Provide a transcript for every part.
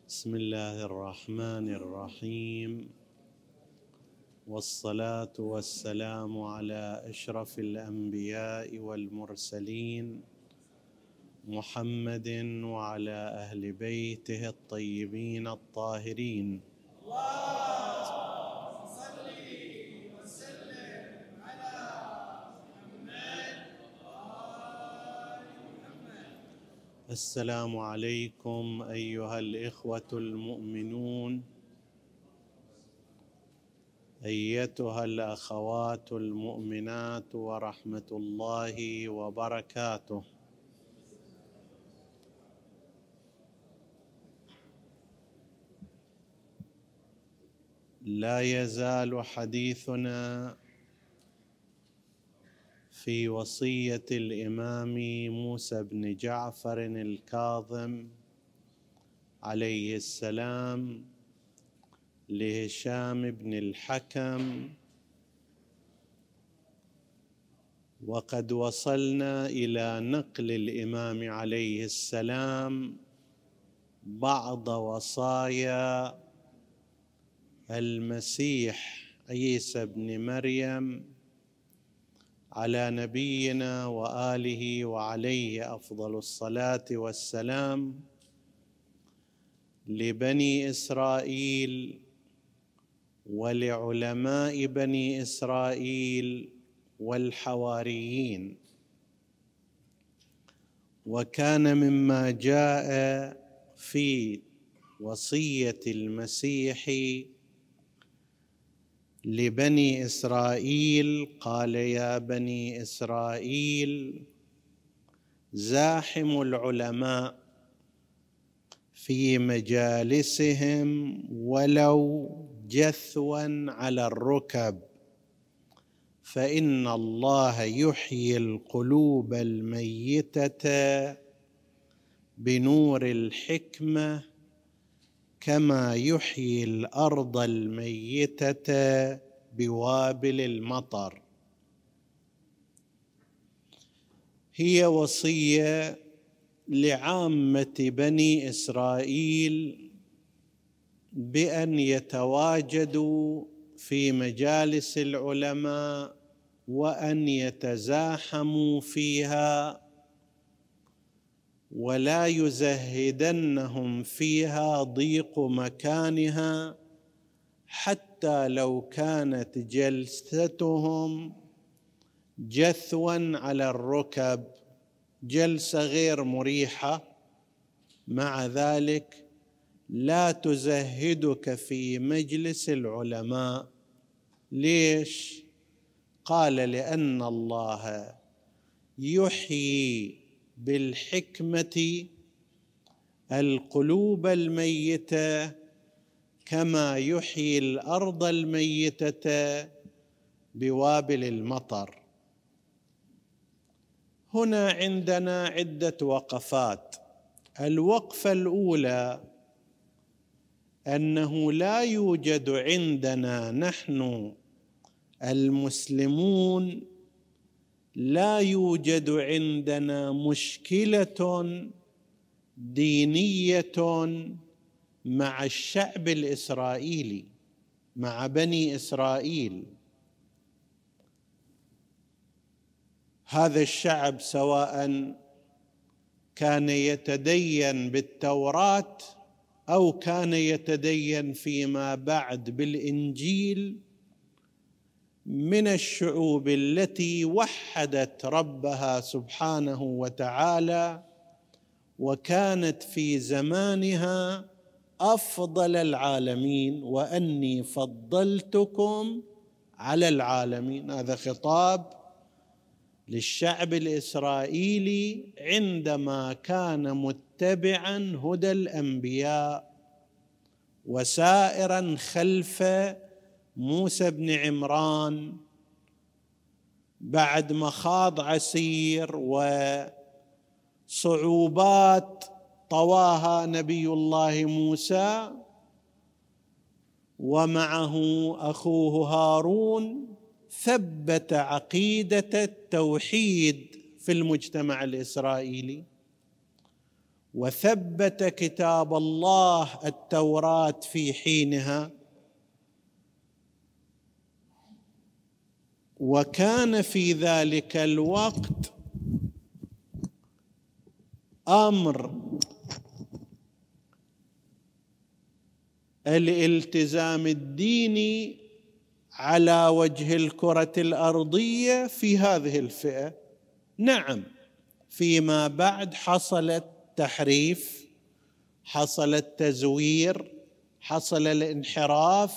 بسم الله الرحمن الرحيم، والصلاة والسلام على أشرف الأنبياء والمرسلين محمد وعلى أهل بيته الطيبين الطاهرين. اللهم صل وسلم على محمد وآل محمد. السلام عليكم أيها الإخوة المؤمنون، أيتها الأخوات المؤمنات، ورحمة الله وبركاته. لا يزال حديثنا في وصية الإمام موسى بن جعفر الكاظم عليه السلام لهشام بن الحكم، وقد وصلنا إلى نقل الإمام عليه السلام بعض وصايا المسيح عيسى بن مريم على نبينا وآله وعليه أفضل الصلاة والسلام لبني إسرائيل ولعلماء بني إسرائيل والحواريين. وكان مما جاء في وصية المسيح لبني إسرائيل، قال: يا بني إسرائيل، زاحموا العلماء في مجالسهم ولو جثوا على الركب، فإن الله يحيي القلوب الميتة بنور الحكمة كما يحيي الأرض الميتة بوابل المطر. هي وصية لعامة بني إسرائيل بأن يتواجدوا في مجالس العلماء وأن يتزاحموا فيها، ولا يزهدنهم فيها ضيق مكانها، حتى لو كانت جلستهم جثوا على الركب، جلسة غير مريحة، مع ذلك لا تزهدك في مجلس العلماء. ليش؟ قال: لأن الله يحيي بالحكمة القلوب الميتة كما يحيي الأرض الميتة بوابل المطر. هنا عندنا عدة وقفات. الوقفة الأولى أنه لا يوجد عندنا نحن المسلمون، لا يوجد عندنا مشكلة دينية مع الشعب الإسرائيلي، مع بني إسرائيل. هذا الشعب سواء كان يتدين بالتوراة أو كان يتدين فيما بعد بالإنجيل، من الشعوب التي وحدت ربها سبحانه وتعالى، وكانت في زمانها أفضل العالمين، وأني فضلتكم على العالمين. هذا خطاب للشعب الإسرائيلي عندما كان متبعا هدى الأنبياء وسائرا خلف موسى بن عمران بعد مخاض عسير وصعوبات طواها نبي الله موسى ومعه أخوه هارون، ثبت عقيدة التوحيد في المجتمع الإسرائيلي. وثبت كتاب الله التوراة في حينها، وكان في ذلك الوقت أمر الالتزام الديني على وجه الكرة الأرضية في هذه الفئة. نعم، فيما بعد حصل التحريف، حصل التزوير، حصل الانحراف،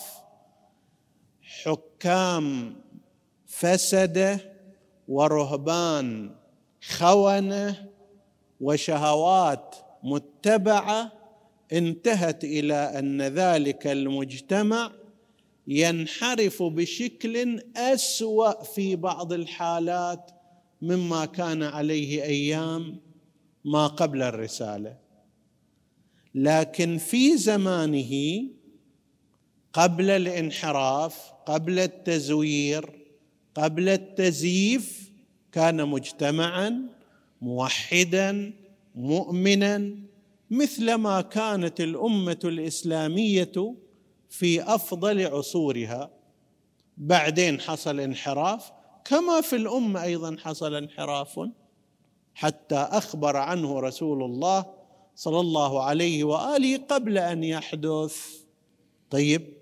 حكام فسدة ورهبان خونة وشهوات متبعة انتهت إلى أن ذلك المجتمع ينحرف بشكل أسوأ في بعض الحالات مما كان عليه أيام ما قبل الرسالة. لكن في زمانه قبل الانحراف، قبل التزوير، قبل التزييف، كان مجتمعاً موحداً مؤمناً مثل ما كانت الأمة الإسلامية في أفضل عصورها. بعدين حصل انحراف، كما في الأمة أيضاً حصل انحراف، حتى أخبر عنه رسول الله صلى الله عليه وآله قبل أن يحدث. طيب،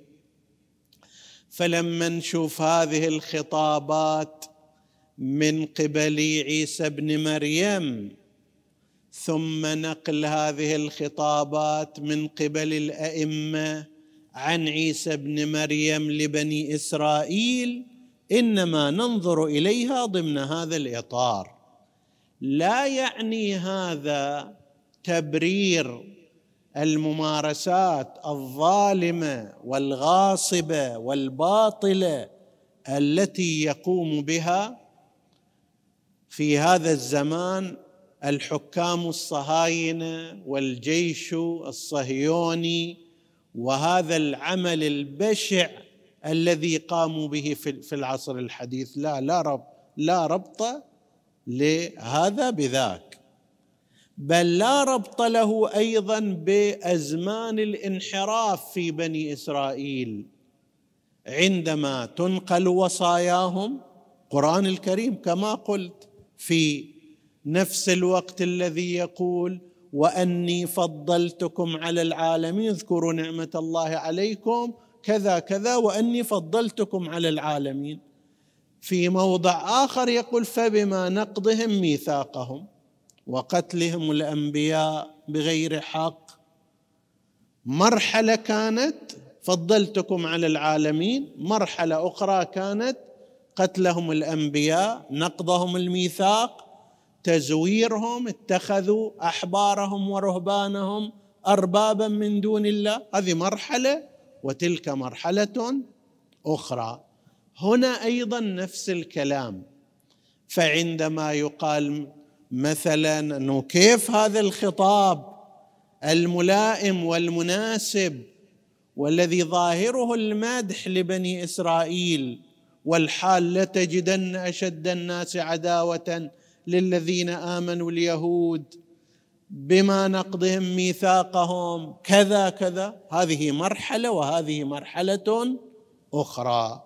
فلما نشوف هذه الخطابات من قبل عيسى بن مريم، ثم نقل هذه الخطابات من قبل الأئمة عن عيسى بن مريم لبني إسرائيل، إنما ننظر إليها ضمن هذا الإطار. لا يعني هذا تبرير الممارسات الظالمة والغاصبة والباطلة التي يقوم بها في هذا الزمان الحكام الصهاينة والجيش الصهيوني، وهذا العمل البشع الذي قاموا به في العصر الحديث. لا ربط لهذا بذاك، بل لا ربط له أيضا بأزمان الانحراف في بني إسرائيل. عندما تنقل وصاياهم، القرآن الكريم كما قلت في نفس الوقت الذي يقول وأني فضلتكم على العالمين، اذكروا نعمة الله عليكم كذا كذا وأني فضلتكم على العالمين، في موضع آخر يقول فبما نقضهم ميثاقهم وقتلهم الأنبياء بغير حق. مرحلة كانت فضلتكم على العالمين، مرحلة أخرى كانت قتلهم الأنبياء، نقضهم الميثاق، تزويرهم، اتخذوا أحبارهم ورهبانهم أربابا من دون الله. هذه مرحلة، وتلك مرحلة أخرى. هنا أيضا نفس الكلام. فعندما يقال مثلا أنه كيف هذا الخطاب الملائم والمناسب والذي ظاهره المدح لبني إسرائيل، والحال لتجدن أشد الناس عداوة للذين آمنوا اليهود بما نقضهم ميثاقهم كذا كذا، هذه مرحلة وهذه مرحلة أخرى.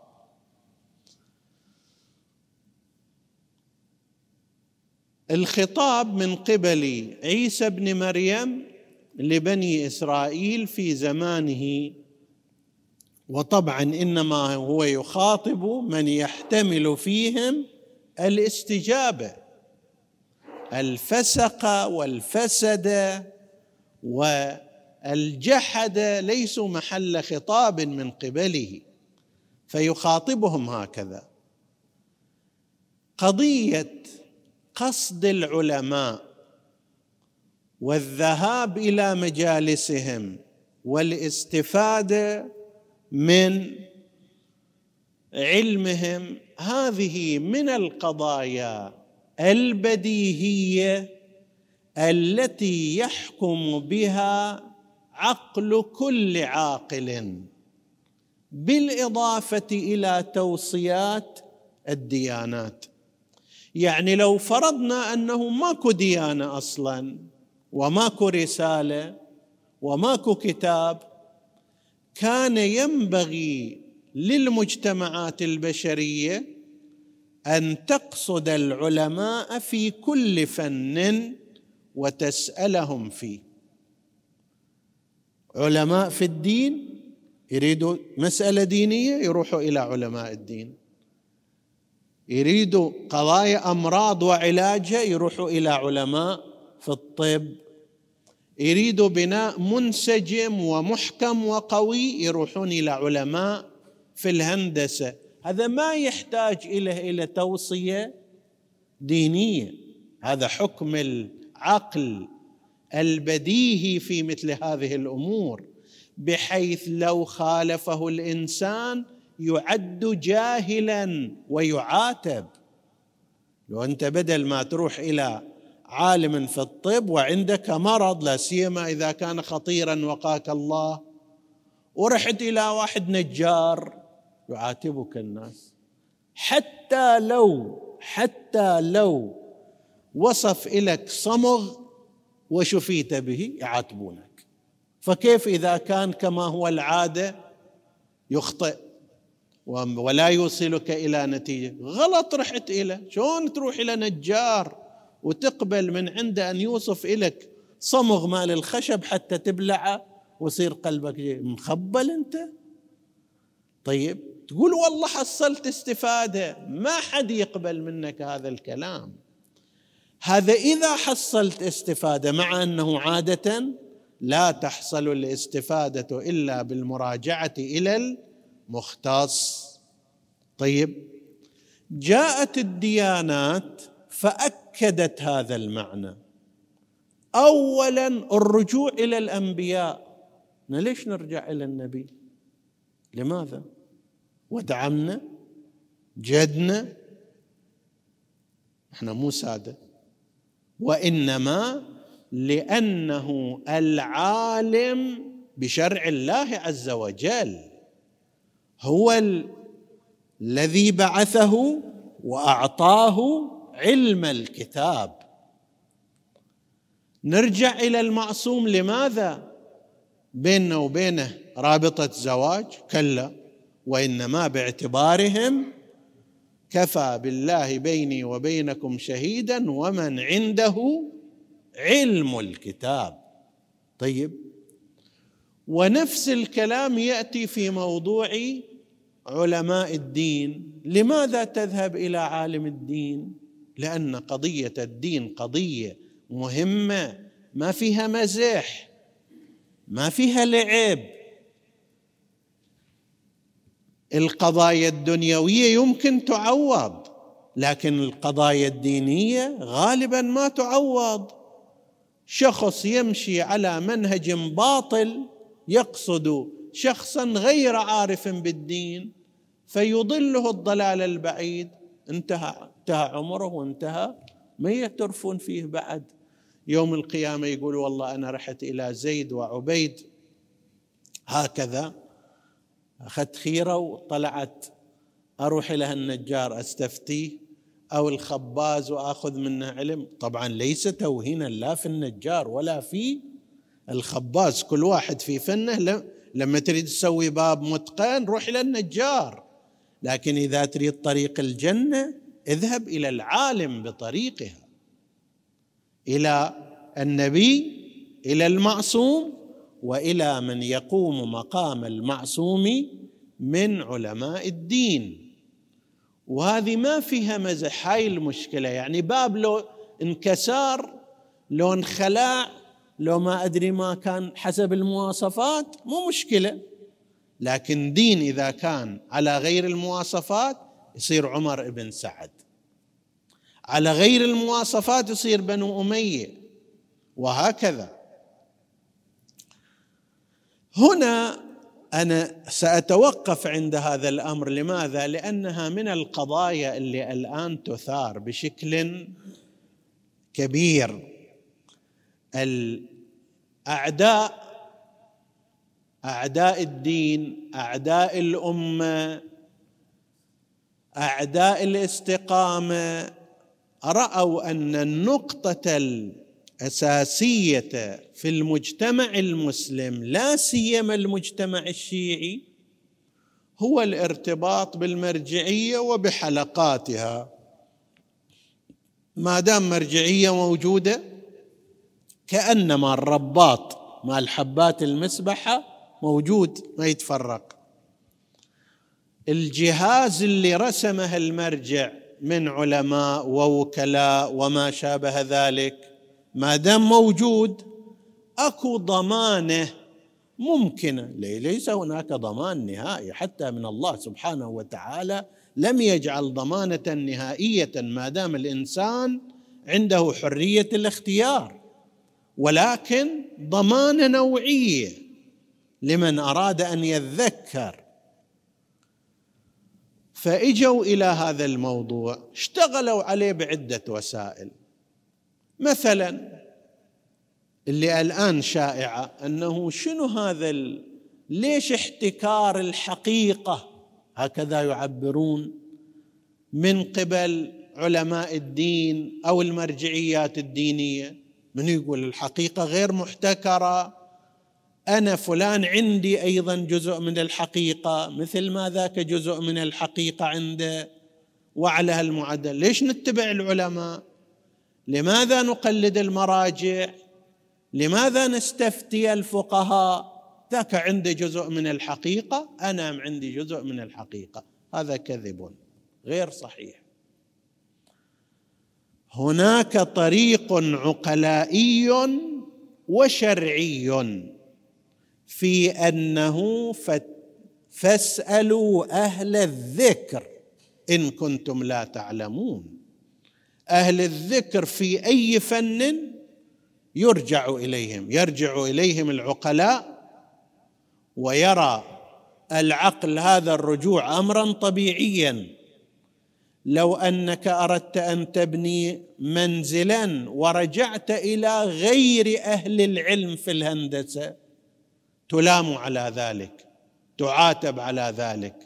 الخطاب من قبل عيسى بن مريم لبني إسرائيل في زمانه، وطبعا إنما هو يخاطب من يحتمل فيهم الاستجابة. الفسق والفسد والجحد ليسوا محل خطاب من قبله، فيخاطبهم هكذا. قضية قصد العلماء والذهاب إلى مجالسهم والاستفادة من علمهم، هذه من القضايا البديهية التي يحكم بها عقل كل عاقل، بالإضافة إلى توصيات الديانات. يعني لو فرضنا أنه ماكو ديانة أصلاً وماكو رسالة وماكو كتاب، كان ينبغي للمجتمعات البشرية أن تقصد العلماء في كل فن وتسألهم فيه. علماء في الدين يريدوا مسألة دينية يروحوا إلى علماء الدين، يريدوا قضايا أمراض وعلاجها يروحوا إلى علماء في الطب، يريدوا بناء منسجم ومحكم وقوي يروحون إلى علماء في الهندسة. هذا ما يحتاج إلى توصية دينية، هذا حكم العقل البديهي في مثل هذه الأمور، بحيث لو خالفه الإنسان يعد جاهلا ويعاتب. لو أنت بدل ما تروح إلى عالم في الطب وعندك مرض، لا سيما إذا كان خطيرا وقاك الله، ورحت إلى واحد نجار، يعاتبك الناس. حتى لو وصف لك صمغ وشفيت به يعاتبونك. فكيف إذا كان كما هو العادة يخطئ ولا يوصلك إلى نتيجة غلط رحت إلى؟ شلون تروح إلى نجار وتقبل من عنده أن يوصف لك صمغ مال الخشب حتى تبلعه ويصير قلبك مخبل أنت؟ طيب تقول والله حصلت استفادة، ما حد يقبل منك هذا الكلام. هذا إذا حصلت استفادة، مع أنه عادة لا تحصل الاستفادة إلا بالمراجعة إلى المختص. طيب جاءت الديانات فأكدت هذا المعنى. أولا الرجوع إلى الأنبياء. ليش نرجع إلى النبي؟ لماذا؟ ودعمنا جدنا، احنا مو سادة، وإنما لأنه العالم بشرع الله عز وجل، هو الذي بعثه وأعطاه علم الكتاب. نرجع إلى المعصوم لماذا؟ بيننا وبينه رابطة زواج؟ كلا، وإنما باعتبارهم كفى بالله بيني وبينكم شهيدا ومن عنده علم الكتاب. طيب، ونفس الكلام يأتي في موضوع علماء الدين. لماذا تذهب إلى عالم الدين؟ لأن قضية الدين قضية مهمة، ما فيها مزح، ما فيها لعب. القضايا الدنيوية يمكن تعوض، لكن القضايا الدينية غالبا ما تعوض. شخص يمشي على منهج باطل يقصد شخصا غير عارف بالدين فيضله الضلال البعيد، انتهى عمره وانتهى، ما يعترفون فيه بعد. يوم القيامة يقول والله أنا رحت إلى زيد وعبيد هكذا، أخذت خيرة وطلعت أروح إلى النجار أستفتيه، أو الخباز وأخذ منه علم. طبعا ليس توهينا لا في النجار ولا في الخباز، كل واحد في فنه. لما تريد تسوي باب متقن روح إلى النجار، لكن إذا تريد طريق الجنة اذهب إلى العالم بطريقها، إلى النبي، إلى المعصوم، وإلى من يقوم مقام المعصوم من علماء الدين. وهذه ما فيها مزح، هاي المشكلة. يعني باب لو انكسر، لو انخلع، لو ما أدري ما كان حسب المواصفات مو مشكلة، لكن دين إذا كان على غير المواصفات يصير عمر بن سعد، على غير المواصفات يصير بنو أمية، وهكذا. هنا أنا سأتوقف عند هذا الأمر. لماذا؟ لأنها من القضايا اللي الآن تثار بشكل كبير. أعداء الدين، أعداء الأمة، أعداء الاستقامة رأوا أن النقطة أساسية في المجتمع المسلم لا سيما المجتمع الشيعي هو الارتباط بالمرجعية وبحلقاتها. ما دام مرجعية موجودة كأنما الرباط مع حبات المسبحة موجود ما يتفرق. الجهاز اللي رسمه المرجع من علماء ووكلاء وما شابه ذلك ما دام موجود أكو ضمانة ممكنة. ليس هناك ضمان نهائي حتى من الله سبحانه وتعالى، لم يجعل ضمانة نهائية ما دام الإنسان عنده حرية الاختيار، ولكن ضمانة نوعية لمن أراد أن يذكر. فإجوا إلى هذا الموضوع اشتغلوا عليه بعدة وسائل. مثلا اللي الآن شائعة أنه شنو هذا ليش احتكار الحقيقة هكذا يعبرون من قبل علماء الدين أو المرجعيات الدينية. من يقول الحقيقة غير محتكرة، أنا فلان عندي أيضا جزء من الحقيقة مثل ما ذاك جزء من الحقيقة عنده، وعلى هالمعدل ليش نتبع العلماء؟ لماذا نقلد المراجع؟ لماذا نستفتي الفقهاء؟ ذاك عنده جزء من الحقيقة، أنا عندي جزء من الحقيقة. هذا كذب غير صحيح. هناك طريق عقلائي وشرعي في أنه فاسألوا أهل الذكر إن كنتم لا تعلمون. أهل الذكر في أي فن يرجع إليهم العقلاء، ويرى العقل هذا الرجوع أمرا طبيعيا. لو أنك أردت أن تبني منزلا ورجعت إلى غير أهل العلم في الهندسة تلام على ذلك، تعاتب على ذلك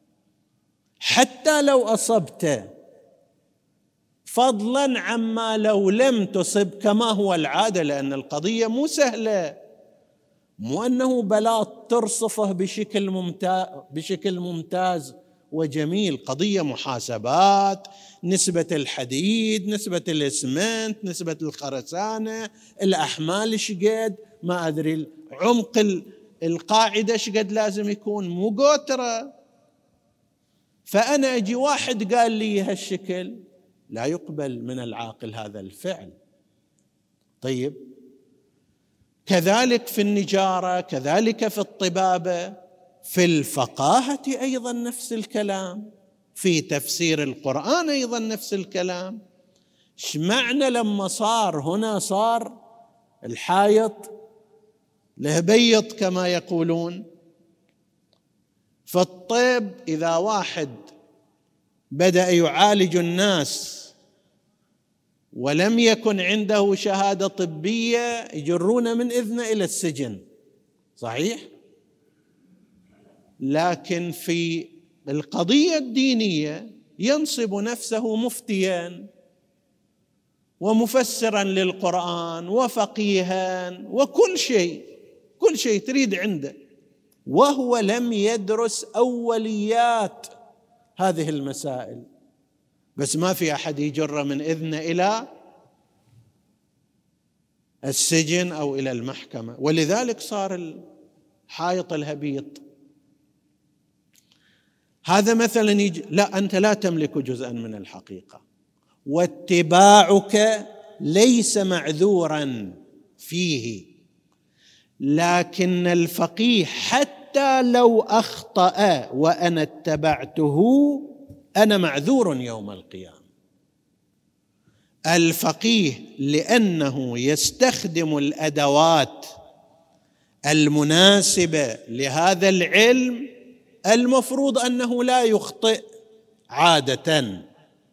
حتى لو أصبت، فضلا عما لو لم تصب كما هو العادة، لأن القضية مو سهلة، مو أنه بلاط ترصفه بشكل ممتاز وجميل. قضية محاسبات، نسبة الحديد، نسبة الإسمنت، نسبة الخرسانة، الأحمال شقد، ما أدري عمق القاعدة شقد لازم يكون، مو قوترة. فأنا أجي واحد قال لي هالشكل، لا يقبل من العاقل هذا الفعل. طيب كذلك في النجارة، كذلك في الطبابة، في الفقاهة أيضا نفس الكلام، في تفسير القرآن أيضا نفس الكلام. إيش معنى لما صار الحائط له بيض كما يقولون؟ في الطب إذا واحد بدأ يعالج الناس ولم يكن عنده شهادة طبية يجرون من إذنه إلى السجن، صحيح؟ لكن في القضية الدينية ينصب نفسه مفتيا ومفسرا للقرآن وفقيها وكل شيء تريد عنده، وهو لم يدرس أوليات هذه المسائل. بس ما في أحد يجر من إذنه إلى السجن أو إلى المحكمة، ولذلك صار الحائط الهبيط. هذا مثلا لا، أنت لا تملك جزءا من الحقيقة، واتباعك ليس معذورا فيه، لكن الفقيه حتى لو أخطأ وأنا اتبعته أنا معذور يوم القيامة. الفقيه لأنه يستخدم الأدوات المناسبة لهذا العلم المفروض أنه لا يخطئ عادة.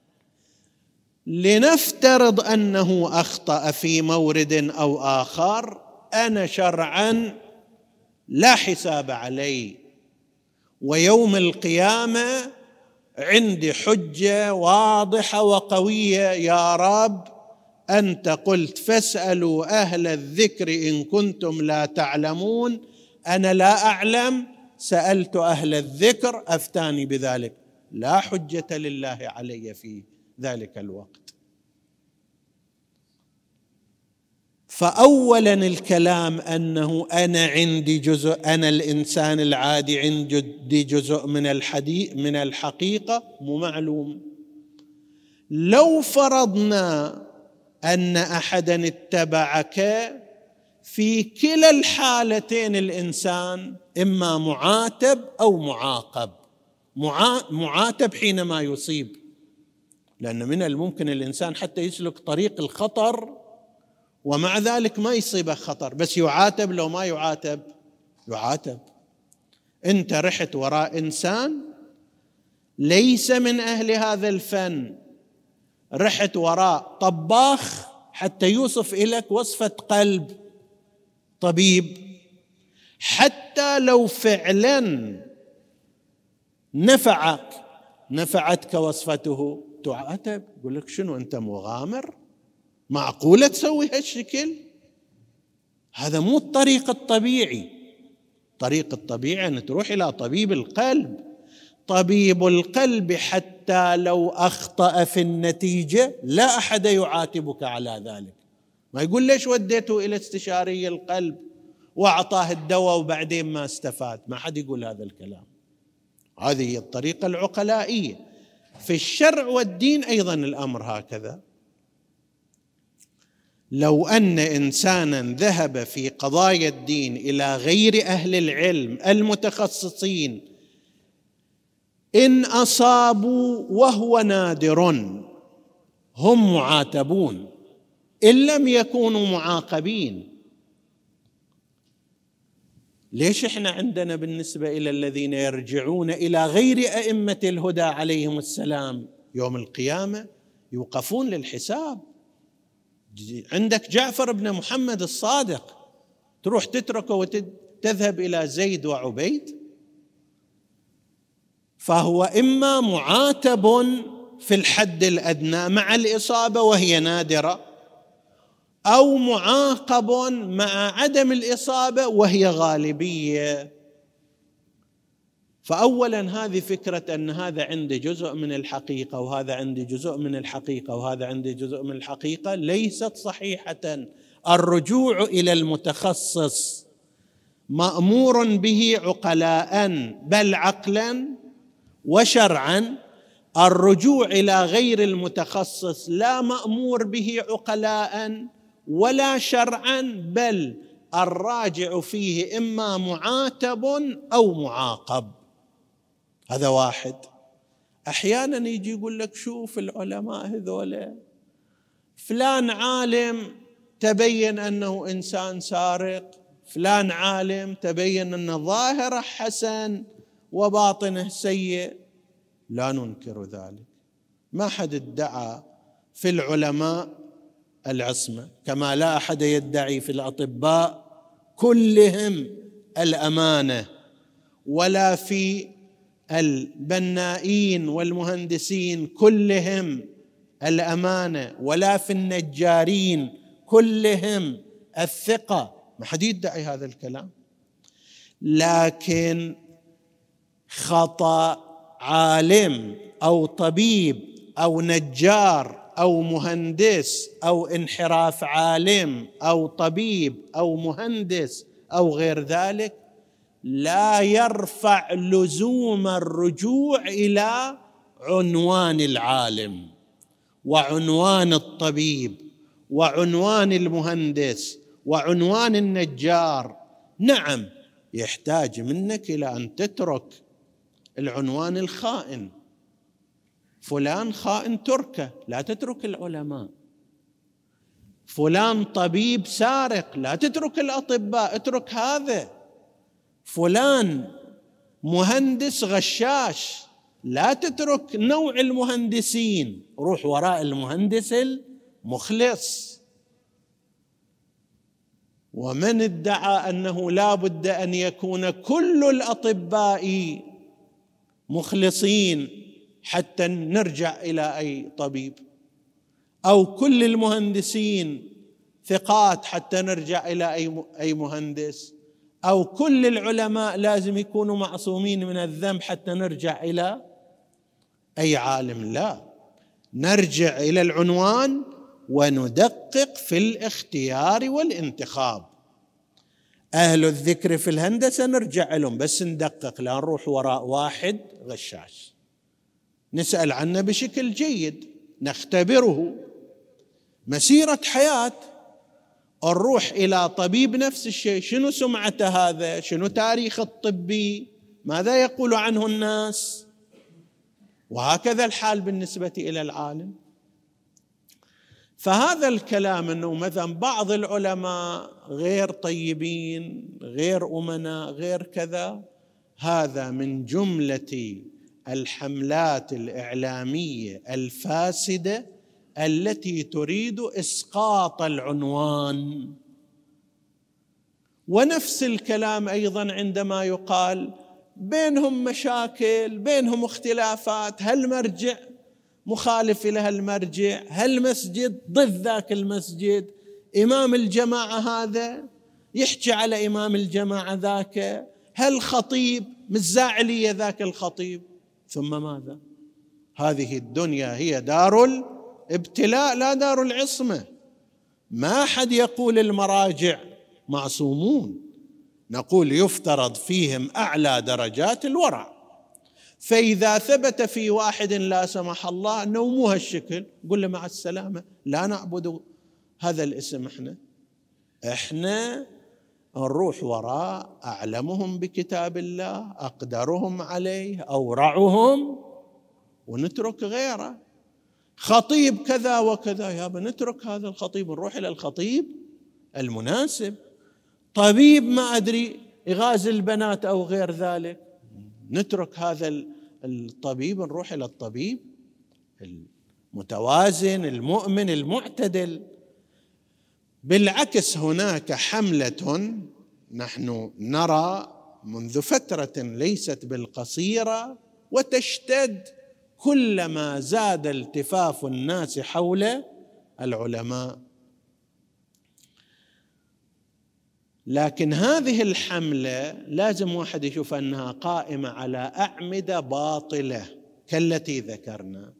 لنفترض أنه أخطأ في مورد أو آخر، أنا شرعا لا حساب علي، ويوم القيامة عندي حجة واضحة وقوية، يا رب أنت قلت فاسألوا أهل الذكر إن كنتم لا تعلمون، أنا لا أعلم، سألت أهل الذكر أفتاني بذلك، لا حجة لله علي في ذلك الوقت. فأولا الكلام أنه أنا عندي جزء، أنا الإنسان العادي عندي جزء من الحقيقة مو معلوم. لو فرضنا أن أحدا اتبعك، في كلا الحالتين الإنسان إما معاتب أو معاقب. معاتب حينما يصيب، لأن من الممكن الإنسان حتى يسلك طريق الخطر ومع ذلك ما يصيبه خطر، بس يعاتب. لو ما يعاتب يعاتب. أنت رحت وراء إنسان ليس من أهل هذا الفن، رحت وراء طباخ حتى يوصف لك وصفة قلب طبيب، حتى لو فعلا نفعتك وصفته تعاتب. يقول لك شنو أنت مغامر؟ معقولة تسوي هالشكل؟ هذا مو الطريق الطبيعي. الطريق الطبيعي أن تروح إلى طبيب القلب. طبيب القلب حتى لو أخطأ في النتيجة لا أحد يعاتبك على ذلك. ما يقول ليش وديته إلى استشاري القلب وأعطاه الدواء وبعدين ما استفاد. ما حد يقول هذا الكلام. هذه هي الطريقة العقلائية. في الشرع والدين أيضا الأمر هكذا. لو أن إنسانا ذهب في قضايا الدين إلى غير أهل العلم المتخصصين، إن أصابوا وهو نادر هم معاتبون إن لم يكونوا معاقبين. ليش إحنا عندنا بالنسبة إلى الذين يرجعون إلى غير أئمة الهدى عليهم السلام يوم القيامة يوقفون للحساب؟ عندك جعفر بن محمد الصادق، تروح تتركه وتذهب إلى زيد وعبيد؟ فهو إما معاتب في الحد الأدنى مع الإصابة وهي نادرة، أو معاقب مع عدم الإصابة وهي غالبية. فأولا هذه فكرة أن هذا عنده جزء من الحقيقة وهذا عنده جزء من الحقيقة وهذا عنده جزء من الحقيقة ليست صحيحة. الرجوع إلى المتخصص مأمور به عقلاء بل عقلا وشرعا. الرجوع إلى غير المتخصص لا مأمور به عقلاء ولا شرعا، بل الراجع فيه إما معاتب أو معاقب. هذا واحد. أحيانا يجي يقول لك شوف العلماء هذولا، فلان عالم تبين أنه إنسان سارق، فلان عالم تبين أن ظاهره حسن وباطنه سيء. لا ننكر ذلك، ما حد ادعى في العلماء العصمة، كما لا أحد يدعي في الأطباء كلهم الأمانة، ولا في البنائين والمهندسين كلهم الأمانة، ولا في النجارين كلهم الثقة. ما حد يدعي هذا الكلام. لكن خطأ عالم أو طبيب أو نجار أو مهندس أو انحراف عالم أو طبيب أو مهندس أو غير ذلك لا يرفع لزوم الرجوع إلى عنوان العالم وعنوان الطبيب وعنوان المهندس وعنوان النجار. نعم يحتاج منك إلى أن تترك العنوان الخائن، فلان خائن تركه، لا تترك العلماء. فلان طبيب سارق، لا تترك الأطباء، اترك هذا. فلان مهندس غشاش، لا تترك نوع المهندسين، روح وراء المهندس المخلص. ومن ادعى أنه لا بد أن يكون كل الأطباء مخلصين حتى نرجع إلى أي طبيب؟ أو كل المهندسين ثقات حتى نرجع إلى أي مهندس، أو كل العلماء لازم يكونوا معصومين من الذنب حتى نرجع إلى أي عالم. لا، نرجع إلى العنوان وندقق في الاختيار والانتخاب. أهل الذكر في الهندسة نرجع لهم، بس ندقق، لا نروح وراء واحد غشاش، نسأل عنه بشكل جيد، نختبره مسيرة حياة. نروح إلى طبيب نفس الشيء، شنو سمعته هذا، شنو تاريخ الطبي، ماذا يقول عنه الناس، وهكذا الحال بالنسبة إلى العالم. فهذا الكلام أنه مثلا بعض العلماء غير طيبين، غير أمناء، غير كذا، هذا من جملة الحملات الإعلامية الفاسدة التي تريد إسقاط العنوان. ونفس الكلام أيضا عندما يقال بينهم مشاكل، بينهم اختلافات، هل مرجع مخالف إلى المرجع، هل مسجد ضد ذاك المسجد، إمام الجماعة هذا يحكي على إمام الجماعة ذاك، هل خطيب مزاعلية ذاك الخطيب. ثم ماذا؟ هذه الدنيا هي دار الابتلاء لا دار العصمة. ما حد يقول المراجع معصومون، نقول يفترض فيهم أعلى درجات الورع. فإذا ثبت في واحد لا سمح الله أنه مو هالشكل، قل له مع السلامة، لا نعبد هذا الاسم. إحنا نروح وراء أعلمهم بكتاب الله، أقدرهم عليه، أورعهم، ونترك غيره. خطيب كذا وكذا، يابا نترك هذا الخطيب، نروح إلى الخطيب المناسب. طبيب ما أدري يغازل البنات أو غير ذلك، نترك هذا الطبيب، نروح إلى الطبيب المتوازن المؤمن المعتدل. بالعكس، هناك حملة نحن نرى منذ فترة ليست بالقصيرة وتشتد كلما زاد التفاف الناس حول العلماء. لكن هذه الحملة لازم واحد يشوف أنها قائمة على أعمدة باطلة كالتي ذكرنا.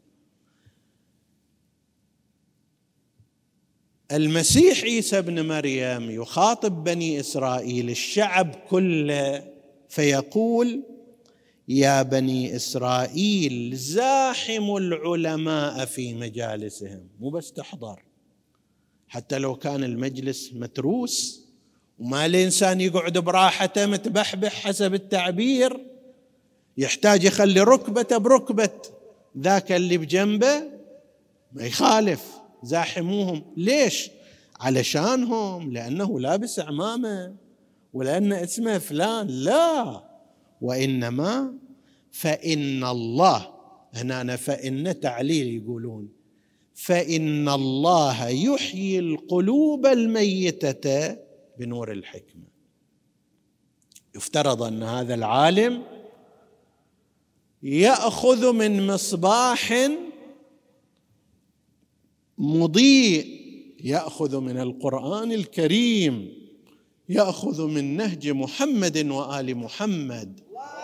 المسيح عيسى بن مريم يخاطب بني إسرائيل، الشعب كله، فيقول: يا بني إسرائيل زاحموا العلماء في مجالسهم. مو بس تحضر، حتى لو كان المجلس متروس وما الإنسان يقعد براحته متبحبح حسب التعبير، يحتاج يخلي ركبته بركبة ذاك اللي بجنبه، ما يخالف، زاحموهم. ليش؟ علشانهم، لأنه لابس عمامة، ولأن اسمه فلان؟ لا، وإنما فإن الله، هنا فإن تعليل يقولون، فإن الله يحيي القلوب الميتة بنور الحكمة. يفترض أن هذا العالم يأخذ من مصباح مضيء، يأخذ من القرآن الكريم، يأخذ من نهج محمد وآل محمد.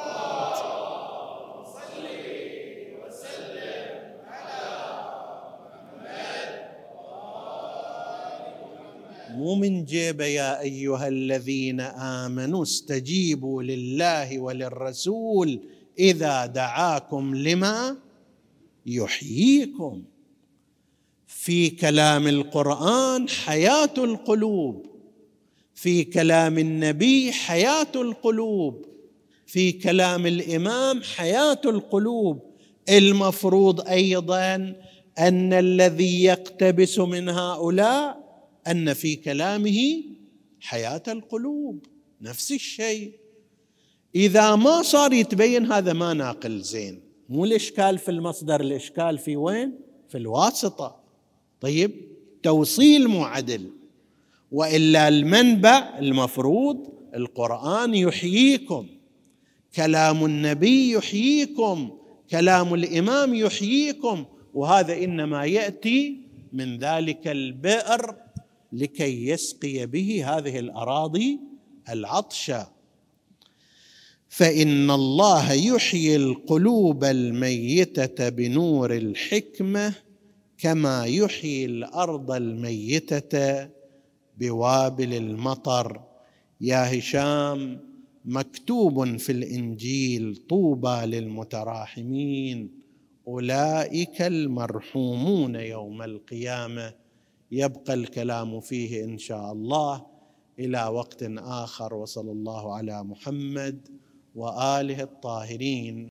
مو من جيب يا أيها الذين آمنوا استجيبوا لله وللرسول إذا دعاكم لما يحييكم. في كلام القرآن حياة القلوب، في كلام النبي حياة القلوب، في كلام الإمام حياة القلوب. المفروض أيضا أن الذي يقتبس من هؤلاء أن في كلامه حياة القلوب. نفس الشيء، إذا ما صار يتبين هذا ما ناقل زين. مو الإشكال في المصدر، الإشكال في وين؟ في الواسطة. طيب، توصيل مو عدل، وإلا المنبع المفروض القرآن يحييكم، كلام النبي يحييكم، كلام الإمام يحييكم، وهذا إنما يأتي من ذلك البئر لكي يسقي به هذه الأراضي العطشة. فإن الله يحيي القلوب الميتة بنور الحكمة كما يحيي الأرض الميتة بوابل المطر. يا هشام، مكتوب في الإنجيل: طوبى للمتراحمين أولئك المرحومون يوم القيامة. يبقى الكلام فيه إن شاء الله إلى وقت آخر، وصلى الله على محمد وآله الطاهرين.